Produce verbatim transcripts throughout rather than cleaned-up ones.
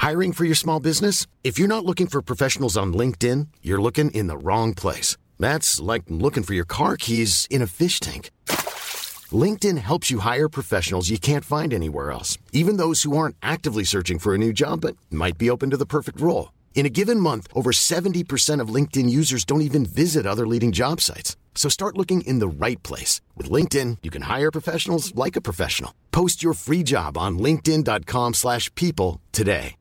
Hiring for your small business? If you're not looking for professionals on LinkedIn, you're looking in the wrong place. That's like looking for your car keys in a fish tank. LinkedIn helps you hire professionals you can't find anywhere else, even those who aren't actively searching for a new job but might be open to the perfect role. In a given month, over seventy percent of LinkedIn users don't even visit other leading job sites. So start looking in the right place. With LinkedIn, you can hire professionals like a professional. Post your free job on linkedin dot com slash people today.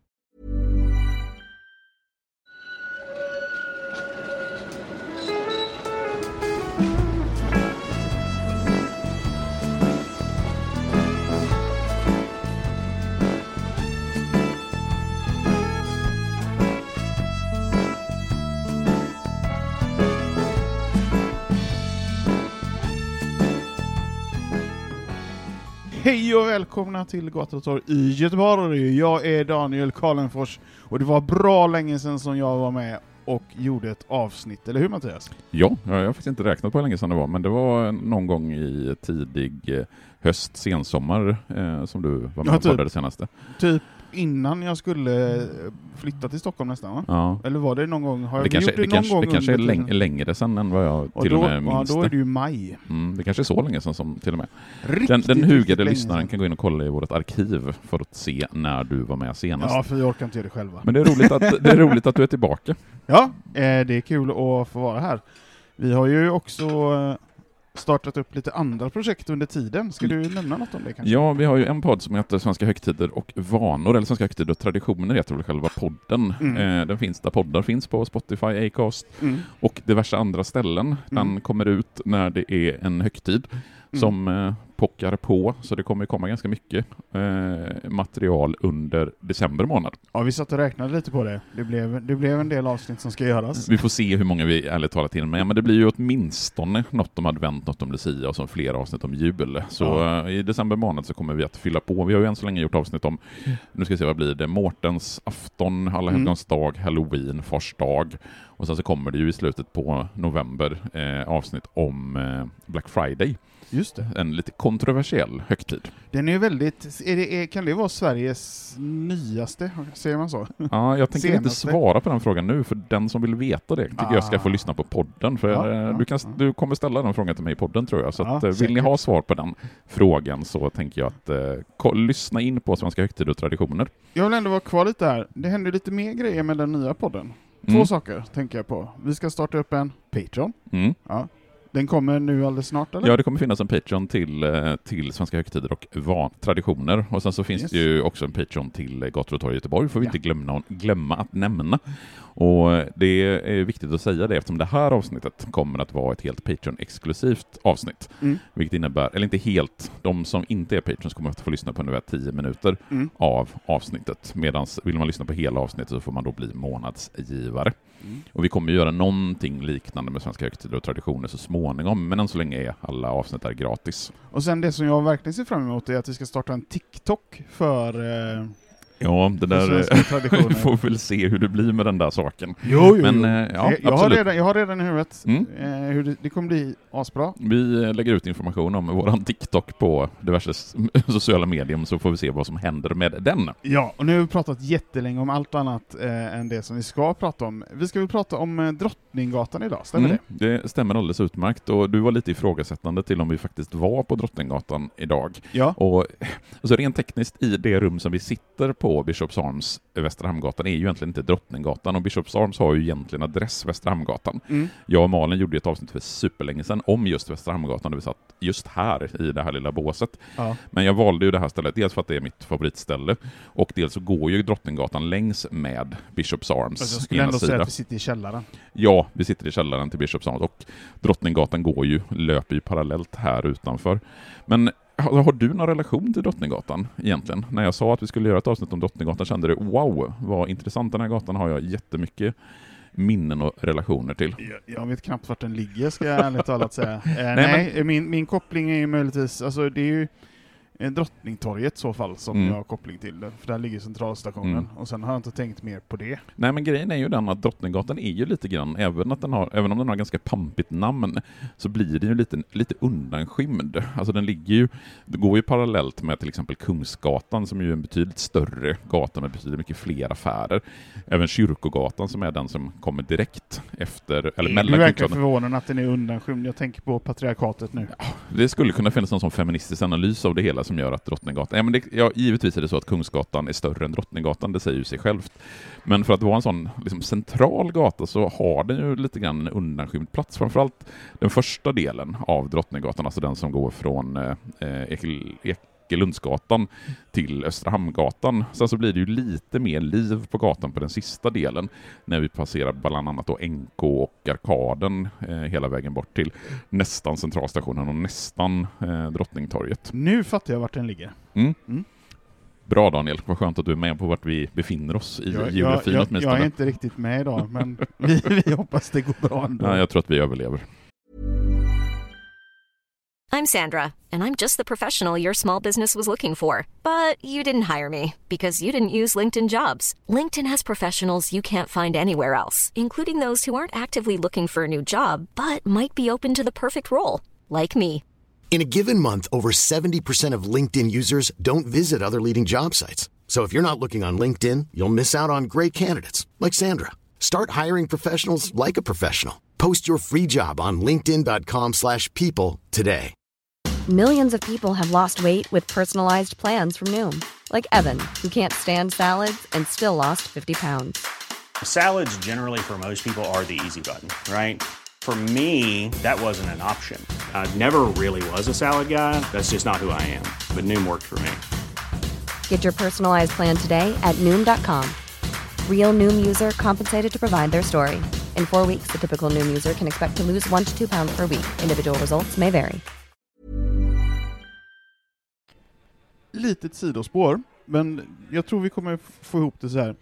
Hej och välkomna till Gator och torg i Göteborg. Jag är Daniel Karlenfors och det var bra länge sedan som jag var med och gjorde ett avsnitt. Eller hur, Mattias? Ja, jag har faktiskt inte räknat på hur länge sedan det var, men det var någon gång i tidig höst, sensommar eh, som du var med ja, och poddade det senaste. Typ innan jag skulle flytta till Stockholm nästan, va? Ja. Eller var det någon gång? Har jag det kanske, gjort det, det någon kanske, gång det kanske är läng- tiden? längre sedan än vad jag och till då, och med minns. Ja, då är det ju maj. Mm, det kanske är så länge sedan som till och med. Riktigt, den den hugade länge lyssnaren sedan. kan gå in och kolla i vårt arkiv för att se när du var med senast. Ja, för jag orkar inte göra det själva. Men det är roligt att, det är roligt att du är tillbaka. Ja, eh, det är kul att få vara här. Vi har ju också eh, startat upp lite andra projekt under tiden. Ska du nämna något om det kanske? Ja, vi har ju en podd som heter Svenska högtider och vanor, eller Svenska högtider och traditioner heter väl själva podden. Mm. Eh, den finns där poddar finns på Spotify, Acast Mm. och diverse andra ställen. Den Mm. kommer ut när det är en högtid Mm. som eh, pockar på, så det kommer komma ganska mycket eh, material under december månad. Ja, vi satt och räknade lite på det. Det blev, det blev en del avsnitt som ska göras. Vi får se hur många vi ärligt talat till med, men det blir ju åtminstone något om advent, något om Lucia och så flera avsnitt om jul. Så Ja. eh, i december månad så kommer vi att fylla på. Vi har ju än så länge gjort avsnitt om, nu ska vi se vad blir det, Mårtens afton, alla Mm. helgons dag, Halloween, Fars dag. Och sen så kommer det ju i slutet på november eh, avsnitt om eh, Black Friday. Just det. En lite kontroversiell högtid. Den är ju väldigt... Är det, är, kan det vara Sveriges nyaste? Säger man så? Ja, jag tänker inte Senaste. svara på den frågan nu, för den som vill veta det tycker Ah. jag ska få lyssna på podden. För Ja, eh, ja, du, kan, ja. du kommer ställa den frågan till mig i podden, tror jag. Så Ja, att, eh, vill säkert. ni ha svar på den frågan så tänker jag att eh, ko- lyssna in på Svenska högtider och traditioner. Jag vill ändå vara kvar lite här. Det händer lite mer grejer med den nya podden. Två Mm. saker tänker jag på. Vi ska starta upp en Patreon. Mm. Ja. Den kommer nu alldeles snart, eller? Ja, det kommer finnas en Patreon till, eh, till Svenska högtider och van- traditioner. Och sen så finns Yes. det ju också en Patreon till eh, Gator och torg i Göteborg, får vi Ja. inte glömma, glömma att nämna. Och eh, det är viktigt att säga det eftersom det här avsnittet kommer att vara ett helt Patreon-exklusivt avsnitt. Mm. Vilket innebär, eller inte helt, de som inte är Patreons kommer att få lyssna på ungefär tio minuter Mm. av avsnittet. Medan vill man lyssna på hela avsnittet så får man då bli månadsgivare. Mm. Och vi kommer göra någonting liknande med Svenska högtider och traditioner så småningom, men än så länge är alla avsnitt är gratis. Och sen det som jag verkligen ser fram emot är att vi ska starta en TikTok för... Eh, Ja, det för där svenska traditioner. vi får väl se hur det blir med den där saken. Jo, jo, Men, jo. eh, ja, jag, jag, har absolut. redan, jag har redan i huvudet Mm. eh, hur det, det kommer bli asbra. Vi eh, lägger ut information om våran TikTok på diverse s- sociala medier, så får vi se vad som händer med den. Ja, och nu har vi pratat jättelänge om allt annat eh, än det som vi ska prata om. Vi ska väl prata om eh, Drottninggatan idag, stämmer Mm, det? det stämmer alldeles utmärkt, och du var lite ifrågasättande till om vi faktiskt var på Drottninggatan idag. Ja. Och alltså rent tekniskt i det rum som vi sitter på, Bishops Arms, Västra Hamngatan, är ju egentligen inte Drottninggatan, och Bishops Arms har ju egentligen adress Västra Hamngatan. Mm. Jag och Malin gjorde ett avsnitt för superlänge sedan om just Västra Hamngatan, där vi satt just här i det här lilla båset. Ja. Men jag valde ju det här stället, dels för att det är mitt favoritställe, och dels så går ju Drottninggatan längs med Bishops Arms Alltså, jag skulle ena ändå säga sida. att vi sitter i källaren. Ja, vi sitter i källaren till Bishops Arms, och Drottninggatan går ju, löper ju parallellt här utanför. Men har, har du någon relation till Drottninggatan egentligen? När jag sa att vi skulle göra ett avsnitt om Drottninggatan kände du, wow, vad intressant, den här gatan har jag jättemycket minnen och relationer till. Jag, jag vet knappt vart den ligger, ska jag ärligt talat säga. Eh, nej, men- min, min koppling är ju möjligtvis, alltså det är ju eh, Drottningtorget i så fall som Mm. jag har koppling till det. För där ligger centralstationen. Mm. Och sen har jag inte tänkt mer på det. Nej, men grejen är ju den att Drottninggatan är ju lite grann, även, att den har, även om den har ganska pampigt namn, så blir det ju lite, lite undanskymd. Alltså den ligger ju, det går ju parallellt med till exempel Kungsgatan som är ju en betydligt större gata med betydligt mycket fler affärer. Även Kyrkogatan som är den som kommer direkt efter, eller Är mellan du verkligen Kungsgatan. förvånad att den är undanskymd? Jag tänker på patriarkatet nu. Det skulle kunna finnas någon sån feministisk analys av det hela som gör att Drottninggatan... Ja, men det, ja, givetvis är det så att Kungsgatan är större än Drottninggatan, det säger ju sig självt. Men för att vara en sån liksom, central gata så har den ju lite grann en undanskymd plats. Framförallt den första delen av Drottninggatan, alltså den som går från eh, Ekel, Ekelundsgatan till Östra Hamngatan. Sen så blir det ju lite mer liv på gatan på den sista delen när vi passerar bland annat då N K och Arkaden eh, hela vägen bort till nästan centralstationen och nästan eh, Drottningtorget. Nu fattar jag vart den ligger. Mm. Mm. Bra Daniel, vad skönt att du är med på vart vi befinner oss i Jag, jag, geografin jag, åtminstone. jag är inte riktigt med idag, men vi, vi hoppas det går bra ändå. Ja, jag tror att vi överlever. I'm Sandra, and I'm just the professional your small business was looking for. But you didn't hire me because you didn't use LinkedIn Jobs. LinkedIn has professionals you can't find anywhere else, including those who aren't actively looking for a new job, but might be open to the perfect role, like me. In a given month, over seventy percent of LinkedIn users don't visit other leading job sites. So if you're not looking on LinkedIn, you'll miss out on great candidates like Sandra. Start hiring professionals like a professional. Post your free job on linkedin dot com slash people today. Millions of people have lost weight with personalized plans from Noom. Like Evan, who can't stand salads and still lost fifty pounds. Salads generally for most people are the easy button, right? For me, that wasn't an option. I never really was a salad guy. That's just not who I am. But Noom worked for me. Get your personalized plan today at Noom dot com. Real Noom user compensated to provide their story. In four weeks, the typical Noom user can expect to lose one to two pounds per week. Individual results may vary. Litet sidospår, men jag tror vi kommer få ihop det så här.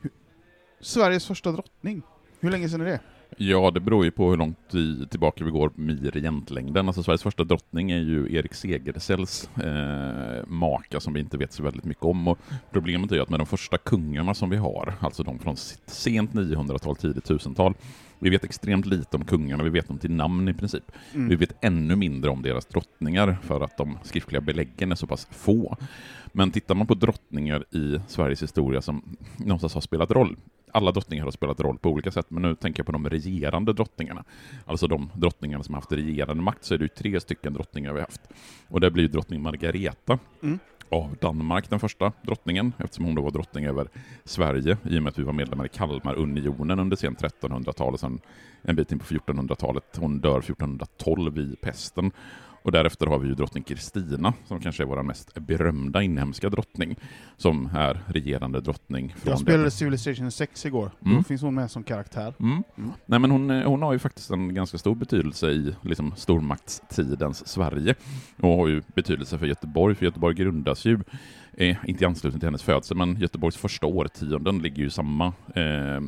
Sveriges första drottning. Hur länge sedan är det? Ja, det beror ju på hur långt i, tillbaka vi går med egentlängden. Alltså Sveriges första drottning är ju Erik Segersells eh, maka som vi inte vet så väldigt mycket om. Och problemet är ju att med de första kungarna som vi har, alltså de från sent niohundratal, tidigt tusental, vi vet extremt lite om kungarna, vi vet dem till namn i princip. Mm. Vi vet ännu mindre om deras drottningar för att de skriftliga beläggen är så pass få. Men tittar man på drottningar i Sveriges historia som någonstans har spelat roll, alla drottningar har spelat roll på olika sätt, men nu tänker jag på de regerande drottningarna. Alltså de drottningarna som har haft regerande makt, så är det ju tre stycken drottningar vi har haft. Och det blir drottning Margareta mm. av Danmark, den första drottningen, eftersom hon då var drottning över Sverige, i och med att vi var medlemmar i Kalmarunionen under sen trettonhundratalet, sen en bit in på fjortonhundratalet. Hon dör fjortonhundratolv i pesten. Och därefter har vi ju drottning Kristina, som kanske är vår mest berömda inhemska drottning, som är regerande drottning. Från jag spelade det. Civilization sex igår. Mm. Då finns hon med som karaktär. Mm. Mm. Nej, men hon, hon har ju faktiskt en ganska stor betydelse i liksom, stormaktstidens Sverige. Och har ju betydelse för Göteborg, för Göteborg grundas ju, eh, inte i anslutning till hennes födelse, men Göteborgs första årtionden ligger ju samma eh,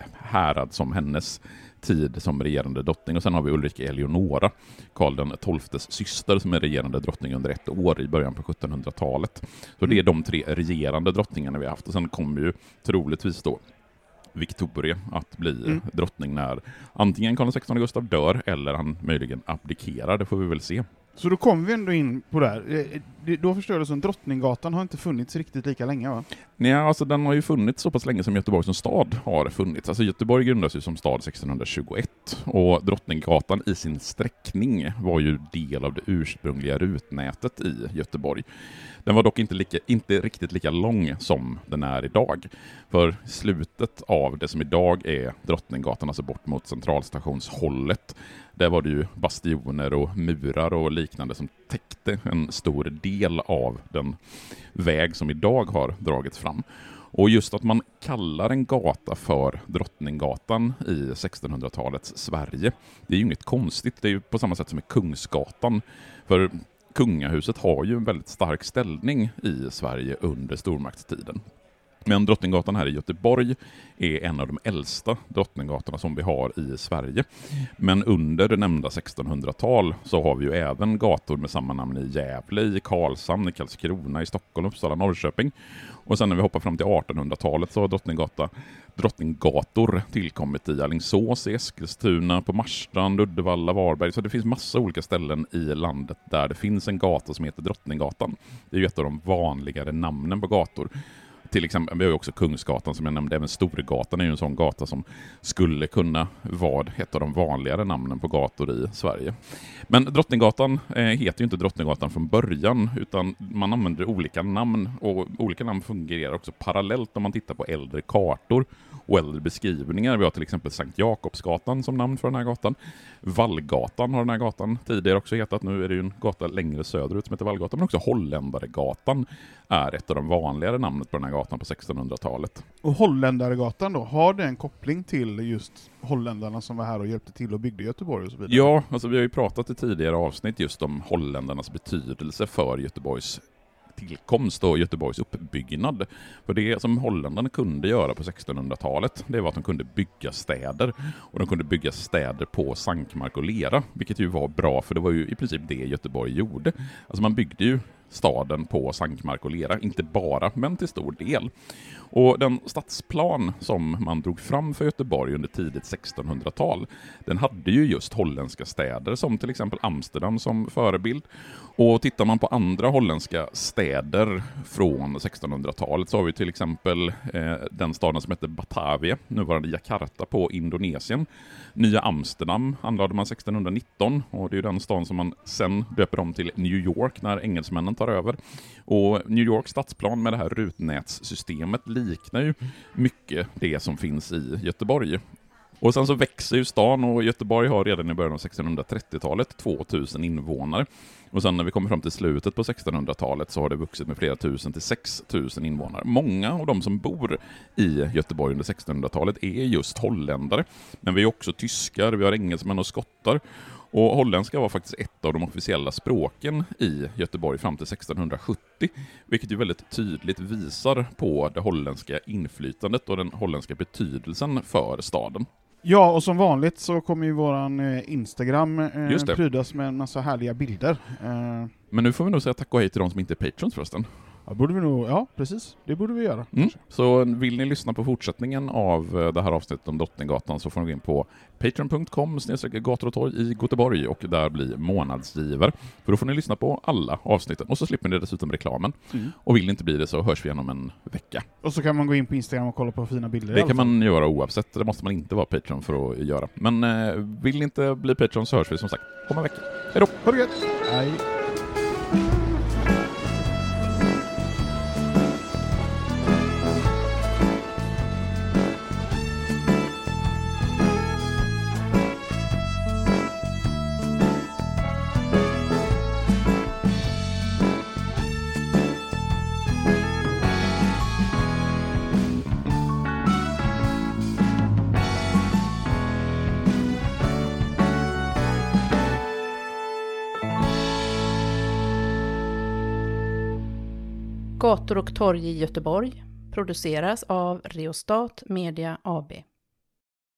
härad som hennes tid som regerande drottning. Och sen har vi Ulrika Eleonora, Karl den tolftes syster, som är regerande drottning under ett år i början på sjuttonhundratalet. Så det är de tre regerande drottningarna vi har haft. Och sen kommer ju troligtvis då Victoria att bli mm. drottning när antingen Karl den sextonde Gustav dör eller han möjligen abdikerar. Det får vi väl se. Så då kommer vi ändå in på det här. Då förstår jag det som Drottninggatan har inte funnits riktigt lika länge, va? Nej, alltså den har ju funnits så pass länge som Göteborg som stad har funnits. Alltså Göteborg grundades ju som stad sextonhundratjugoett och Drottninggatan i sin sträckning var ju del av det ursprungliga rutnätet i Göteborg. Den var dock inte, lika, inte riktigt lika lång som den är idag. För slutet av det som idag är Drottninggatan, alltså bort mot centralstationshållet, där var det ju bastioner och murar och liknande som täckte en stor del av den väg som idag har dragits fram. Och just att man kallar en gata för Drottninggatan i sextonhundratalets Sverige, det är ju inget konstigt. Det är ju på samma sätt som med Kungsgatan. För kungahuset har ju en väldigt stark ställning i Sverige under stormaktstiden. Men Drottninggatan här i Göteborg är en av de äldsta Drottninggatorna som vi har i Sverige. Men under det nämnda sextonhundratal så har vi ju även gator med samma namn i Gävle, i Karlshamn, i Karlskrona, i Stockholm, Uppsala, Norrköping. Och sen när vi hoppar fram till artonhundratalet så har Drottninggata, Drottninggator tillkommit i Alingsås, i Eskilstuna, på Marstrand, Uddevalla, Varberg. Så det finns massa olika ställen i landet där det finns en gata som heter Drottninggatan. Det är ju ett av de vanligare namnen på gator. Till exempel, vi har ju också Kungsgatan som jag nämnde, även Storgatan är ju en sån gata som skulle kunna vara ett av de vanligare namnen på gator i Sverige. Men Drottninggatan eh, heter ju inte Drottninggatan från början, utan man använder olika namn, och olika namn fungerar också parallellt om man tittar på äldre kartor och äldre beskrivningar. Vi har till exempel Sankt Jakobsgatan som namn för den här gatan. Vallgatan har den här gatan tidigare också hetat. Nu är det ju en gata längre söderut som heter Vallgatan, men också Holländaregatan är ett av de vanligare namnet på den här gatan på sextonhundratalet. Och Holländaregatan då, har det en koppling till just holländarna som var här och hjälpte till och byggde Göteborg och så vidare? Ja, alltså vi har ju pratat i tidigare avsnitt just om holländarnas betydelse för Göteborgs tillkomst och Göteborgs uppbyggnad. För det som holländarna kunde göra på sextonhundratalet, det var att de kunde bygga städer. Och de kunde bygga städer på sankmark och lera, vilket ju var bra, för det var ju i princip det Göteborg gjorde. Alltså man byggde ju staden på sankmark och lera, inte bara, men till stor del. Och den stadsplan som man drog fram för Göteborg under tidigt sextonhundratal, den hade ju just holländska städer som till exempel Amsterdam som förebild. Och tittar man på andra holländska städer från sextonhundratalet så har vi till exempel eh, den staden som heter Batavia, nuvarande Jakarta på Indonesien. Nya Amsterdam handlade man sextonhundranitton, och det är ju den staden som man sen döper om till New York när engelsmännen tar över. Och New Yorks stadsplan med det här rutnätssystemet liknar ju mycket det som finns i Göteborg. Och sen så växer ju stan, och Göteborg har redan i början av sextonhundratrettiotalet tvåtusen invånare. Och sen när vi kommer fram till slutet på sextonhundratalet så har det vuxit med flera tusen till sex tusen invånare. Många av de som bor i Göteborg under sextonhundratalet är just holländare. Men vi är också tyskar, vi har engelsmän och skottar. Och holländska var faktiskt ett av de officiella språken i Göteborg fram till sextonhundrasjuttio, vilket ju väldigt tydligt visar på det holländska inflytandet och den holländska betydelsen för staden. Ja, och som vanligt så kommer ju våran eh, Instagram eh, Just det. prydas med en massa härliga bilder. Eh, Men nu får vi nog säga tack och hej till de som inte är patrons förresten. ja, borde vi nog, ja, precis. Det borde vi göra. Mm. Så vill ni lyssna på fortsättningen av det här avsnittet om Drottninggatan så får ni gå in på patreon punkt com snedstreck gator och torg i Göteborg och där blir månadsgivare. För då får ni lyssna på alla avsnitten och så slipper ni dessutom reklamen. Mm. Och vill ni inte bli det så hörs vi igen om en vecka. Och så kan man gå in på Instagram och kolla på fina bilder. Det kan man göra oavsett, det måste man inte vara Patreon för att göra. Men eh, vill ni inte bli Patreon så hörs vi som sagt om en vecka. Hej då! Ha det gött! Hej! Gator och torg i Göteborg produceras av Reostat Media A B.